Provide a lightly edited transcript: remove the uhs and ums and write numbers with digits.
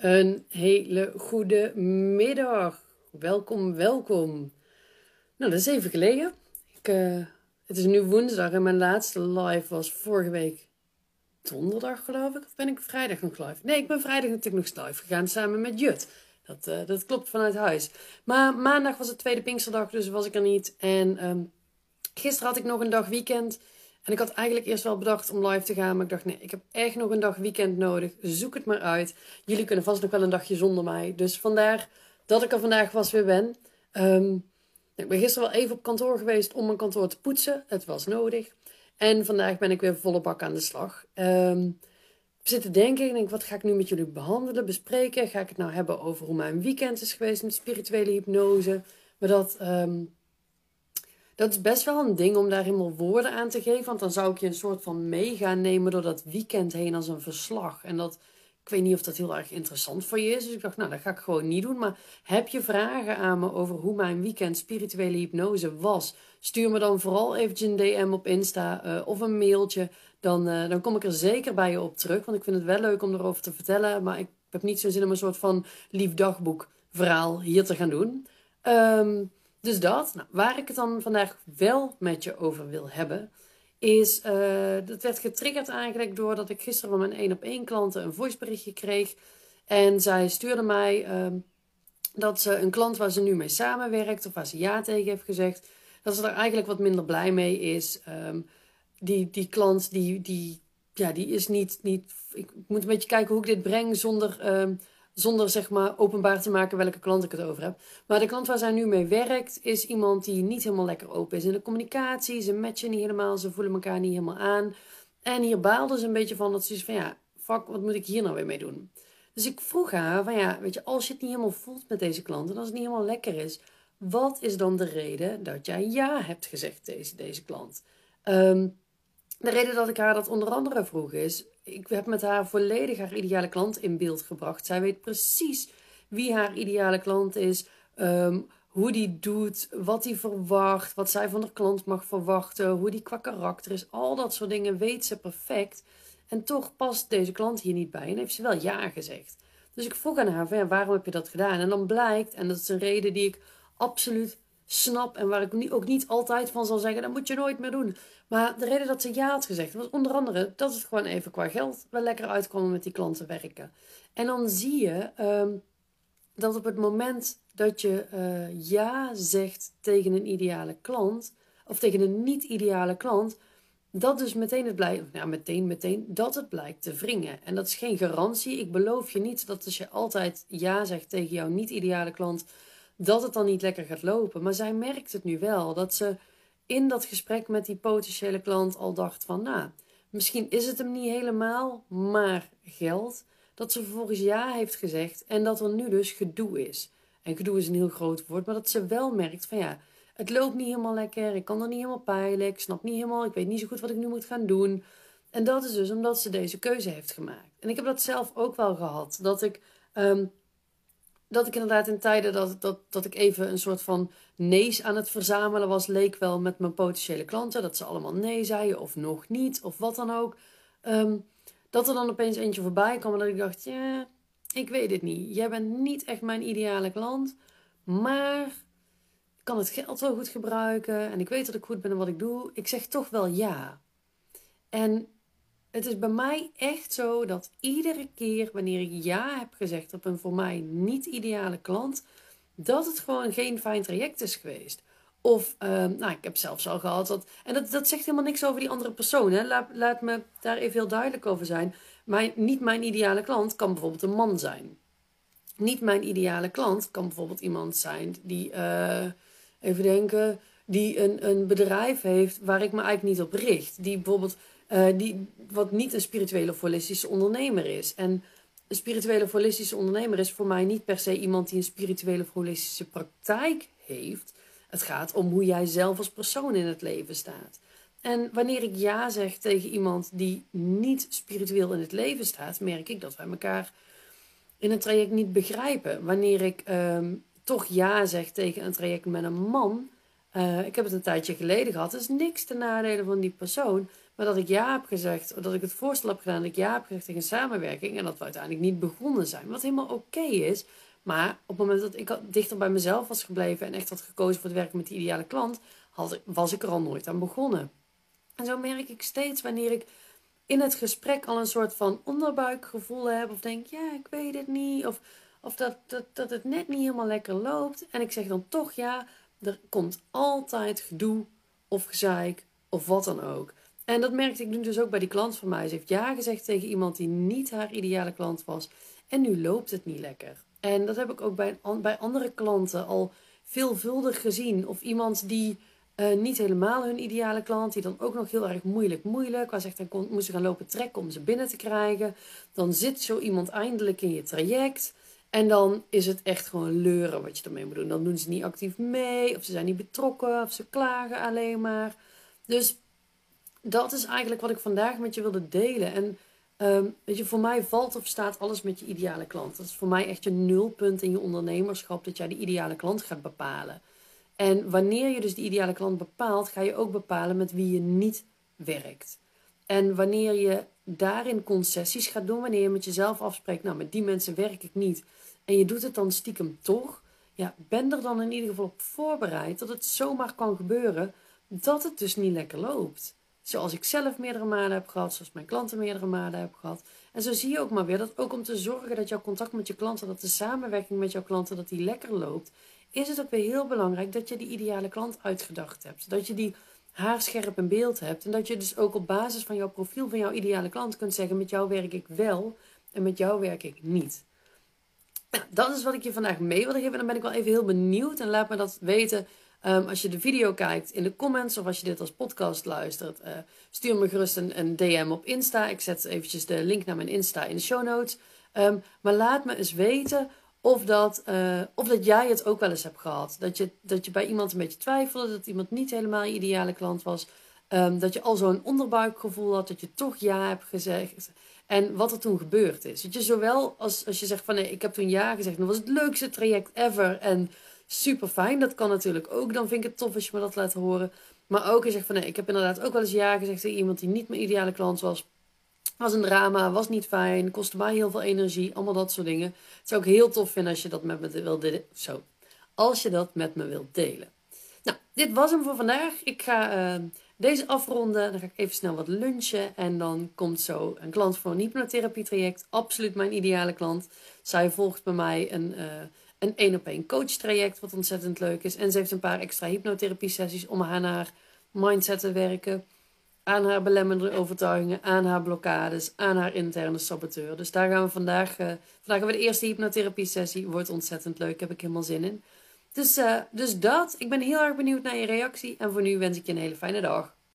Een hele goede middag. Welkom, welkom. Nou, dat is even geleden. Het is nu woensdag en mijn laatste live was vorige week donderdag, geloof ik. Of ben ik vrijdag nog live? Nee, ik ben vrijdag natuurlijk nog live gegaan samen met Jut. Dat klopt vanuit huis. Maar maandag was het tweede Pinksterdag, dus was ik er niet. En gisteren had ik nog een dag weekend. En ik had eigenlijk eerst wel bedacht om live te gaan. Maar ik dacht, nee, ik heb echt nog een dag weekend nodig. Zoek het maar uit. Jullie kunnen vast nog wel een dagje zonder mij. Dus vandaar dat ik er vandaag weer ben. Ik ben gisteren wel even op kantoor geweest om mijn kantoor te poetsen. Het was nodig. En vandaag ben ik weer volle bak aan de slag. Ik zit te denken, ik denk, wat ga ik nu met jullie behandelen, bespreken? Ga ik het nou hebben over hoe mijn weekend is geweest met spirituele hypnose? Maar dat is best wel een ding om daar helemaal woorden aan te geven. Want dan zou ik je een soort van mee gaan nemen door dat weekend heen als een verslag. En ik weet niet of dat heel erg interessant voor je is. Dus ik dacht, nou, dat ga ik gewoon niet doen. Maar heb je vragen aan me over hoe mijn weekend spirituele hypnose was? Stuur me dan vooral eventjes een DM op Insta of een mailtje. Dan kom ik er zeker bij je op terug. Want ik vind het wel leuk om erover te vertellen. Maar ik heb niet zo'n zin om een soort van lief dagboek verhaal hier te gaan doen. Dus waar ik het dan vandaag wel met je over wil hebben, is, dat werd getriggerd eigenlijk doordat ik gisteren van mijn 1-op-1 klanten een voiceberichtje kreeg. En zij stuurde mij dat ze een klant waar ze nu mee samenwerkt, of waar ze ja tegen heeft gezegd, dat ze daar eigenlijk wat minder blij mee is. Die klant, die is niet. Ik moet een beetje kijken hoe ik dit breng zonder zeg maar openbaar te maken welke klant ik het over heb. Maar de klant waar zij nu mee werkt is iemand die niet helemaal lekker open is in de communicatie. Ze matchen niet helemaal, ze voelen elkaar niet helemaal aan. En hier baalde ze een beetje van dat ze is van ja, fuck, wat moet ik hier nou weer mee doen? Dus ik vroeg haar van ja, weet je, als je het niet helemaal voelt met deze klant en als het niet helemaal lekker is, wat is dan de reden dat jij ja hebt gezegd tegen deze klant? De reden dat ik haar dat onder andere vroeg is, ik heb met haar volledig haar ideale klant in beeld gebracht. Zij weet precies wie haar ideale klant is, hoe die doet, wat die verwacht, wat zij van de klant mag verwachten, hoe die qua karakter is. Al dat soort dingen weet ze perfect. En toch past deze klant hier niet bij en heeft ze wel ja gezegd. Dus ik vroeg aan haar van ja, waarom heb je dat gedaan? En dan blijkt, en dat is een reden die ik absoluut snap en waar ik ook niet altijd van zal zeggen, dat moet je nooit meer doen. Maar de reden dat ze ja had gezegd was onder andere dat het gewoon even qua geld wel lekker uitkwam met die klanten werken. En dan zie je dat op het moment dat je ja zegt tegen een ideale klant, of tegen een niet-ideale klant, dat dus meteen het blijkt, meteen, dat het blijkt te wringen. En dat is geen garantie. Ik beloof je niet dat als je altijd ja zegt tegen jouw niet-ideale klant, dat het dan niet lekker gaat lopen. Maar zij merkt het nu wel, dat ze in dat gesprek met die potentiële klant al dacht van, nou, misschien is het hem niet helemaal, maar geld. Dat ze vervolgens ja heeft gezegd en dat er nu dus gedoe is. En gedoe is een heel groot woord, maar dat ze wel merkt van ja, het loopt niet helemaal lekker, ik kan er niet helemaal peilen, ik snap niet helemaal, ik weet niet zo goed wat ik nu moet gaan doen. En dat is dus omdat ze deze keuze heeft gemaakt. En ik heb dat zelf ook wel gehad, dat ik inderdaad in tijden dat ik even een soort van nee's aan het verzamelen was, leek wel met mijn potentiële klanten, dat ze allemaal nee zeiden of nog niet of wat dan ook. Dat er dan opeens eentje voorbij kwam en dat ik dacht, ja, ik weet het niet. Jij bent niet echt mijn ideale klant, maar ik kan het geld wel goed gebruiken en ik weet dat ik goed ben in wat ik doe. Ik zeg toch wel ja. En het is bij mij echt zo dat iedere keer wanneer ik ja heb gezegd op een voor mij niet ideale klant, dat het gewoon geen fijn traject is geweest. Of, ik heb zelfs al gehad dat zegt helemaal niks over die andere persoon. Hè? Laat me daar even heel duidelijk over zijn. Niet mijn ideale klant kan bijvoorbeeld een man zijn. Niet mijn ideale klant kan bijvoorbeeld iemand zijn die, even denken, die een bedrijf heeft waar ik me eigenlijk niet op richt. Die bijvoorbeeld, wat niet een spirituele of holistische ondernemer is. En een spirituele of holistische ondernemer is voor mij niet per se iemand die een spirituele of holistische praktijk heeft. Het gaat om hoe jij zelf als persoon in het leven staat. En wanneer ik ja zeg tegen iemand die niet spiritueel in het leven staat, merk ik dat wij elkaar in een traject niet begrijpen. Wanneer ik toch ja zeg tegen een traject met een man, ik heb het een tijdje geleden gehad, dat is niks ten nadele van die persoon, Maar dat ik ja heb gezegd, of dat ik het voorstel heb gedaan, dat ik ja heb gezegd tegen samenwerking. En dat we uiteindelijk niet begonnen zijn. Wat helemaal oké is. Maar op het moment dat ik dichter bij mezelf was gebleven en echt had gekozen voor het werken met de ideale klant, was ik er al nooit aan begonnen. En zo merk ik steeds wanneer ik in het gesprek al een soort van onderbuikgevoel heb. Of denk, ja, ik weet het niet. Of dat het net niet helemaal lekker loopt. En ik zeg dan toch ja. Er komt altijd gedoe of gezeik of wat dan ook. En dat merkte ik nu dus ook bij die klant van mij. Ze heeft ja gezegd tegen iemand die niet haar ideale klant was. En nu loopt het niet lekker. En dat heb ik ook bij andere klanten al veelvuldig gezien. Of iemand die niet helemaal hun ideale klant, die dan ook nog heel erg moeilijk, waar ze echt moesten gaan lopen trekken om ze binnen te krijgen. Dan zit zo iemand eindelijk in je traject. En dan is het echt gewoon leuren wat je ermee moet doen. Dan doen ze niet actief mee, of ze zijn niet betrokken, of ze klagen alleen maar. Dus dat is eigenlijk wat ik vandaag met je wilde delen. En weet je, voor mij valt of staat alles met je ideale klant. Dat is voor mij echt je nulpunt in je ondernemerschap, dat jij de ideale klant gaat bepalen. En wanneer je dus die ideale klant bepaalt, ga je ook bepalen met wie je niet werkt. En wanneer je daarin concessies gaat doen, wanneer je met jezelf afspreekt, nou, met die mensen werk ik niet. En je doet het dan stiekem toch. Ja, ben er dan in ieder geval op voorbereid dat het zomaar kan gebeuren dat het dus niet lekker loopt. Zoals ik zelf meerdere malen heb gehad, zoals mijn klanten meerdere malen hebben gehad. En zo zie je ook maar weer dat ook om te zorgen dat jouw contact met je klanten, dat de samenwerking met jouw klanten, dat die lekker loopt, is het ook weer heel belangrijk dat je die ideale klant uitgedacht hebt. Dat je die haarscherp in beeld hebt. En dat je dus ook op basis van jouw profiel van jouw ideale klant kunt zeggen, met jou werk ik wel en met jou werk ik niet. Nou, dat is wat ik je vandaag mee wilde geven. En dan ben ik wel even heel benieuwd. En laat me dat weten als je de video kijkt in de comments. Of als je dit als podcast luistert. Stuur me gerust een DM op Insta. Ik zet eventjes de link naar mijn Insta in de show notes. Maar laat me eens weten of dat jij het ook wel eens hebt gehad. Dat je bij iemand een beetje twijfelde. Dat iemand niet helemaal je ideale klant was. Dat je al zo'n onderbuikgevoel had. Dat je toch ja hebt gezegd. En wat er toen gebeurd is. Weet je, zowel als je zegt van nee, ik heb toen ja gezegd. Dat was het leukste traject ever. En super fijn. Dat kan natuurlijk ook. Dan vind ik het tof als je me dat laat horen. Maar ook als je zegt van nee, ik heb inderdaad ook wel eens ja gezegd tegen iemand die niet mijn ideale klant was. Was een drama, was niet fijn, kostte mij heel veel energie. Allemaal dat soort dingen. Het zou ik heel tof vinden als je dat met me wilt delen. Als je dat met me wilt delen. Nou, dit was hem voor vandaag. Ik ga deze afronden. Dan ga ik even snel wat lunchen. En dan komt zo een klant voor een hypnotherapie-traject. Absoluut mijn ideale klant. Zij volgt bij mij een 1-op-1 coach-traject. Wat ontzettend leuk is. En ze heeft een paar extra hypnotherapie-sessies om aan haar mindset te werken. Aan haar belemmerende overtuigingen. Aan haar blokkades. Aan haar interne saboteur. Dus daar gaan we vandaag hebben we de eerste hypnotherapie-sessie. Wordt ontzettend leuk. Heb ik helemaal zin in. Dus dat. Ik ben heel erg benieuwd naar je reactie. En voor nu wens ik je een hele fijne dag.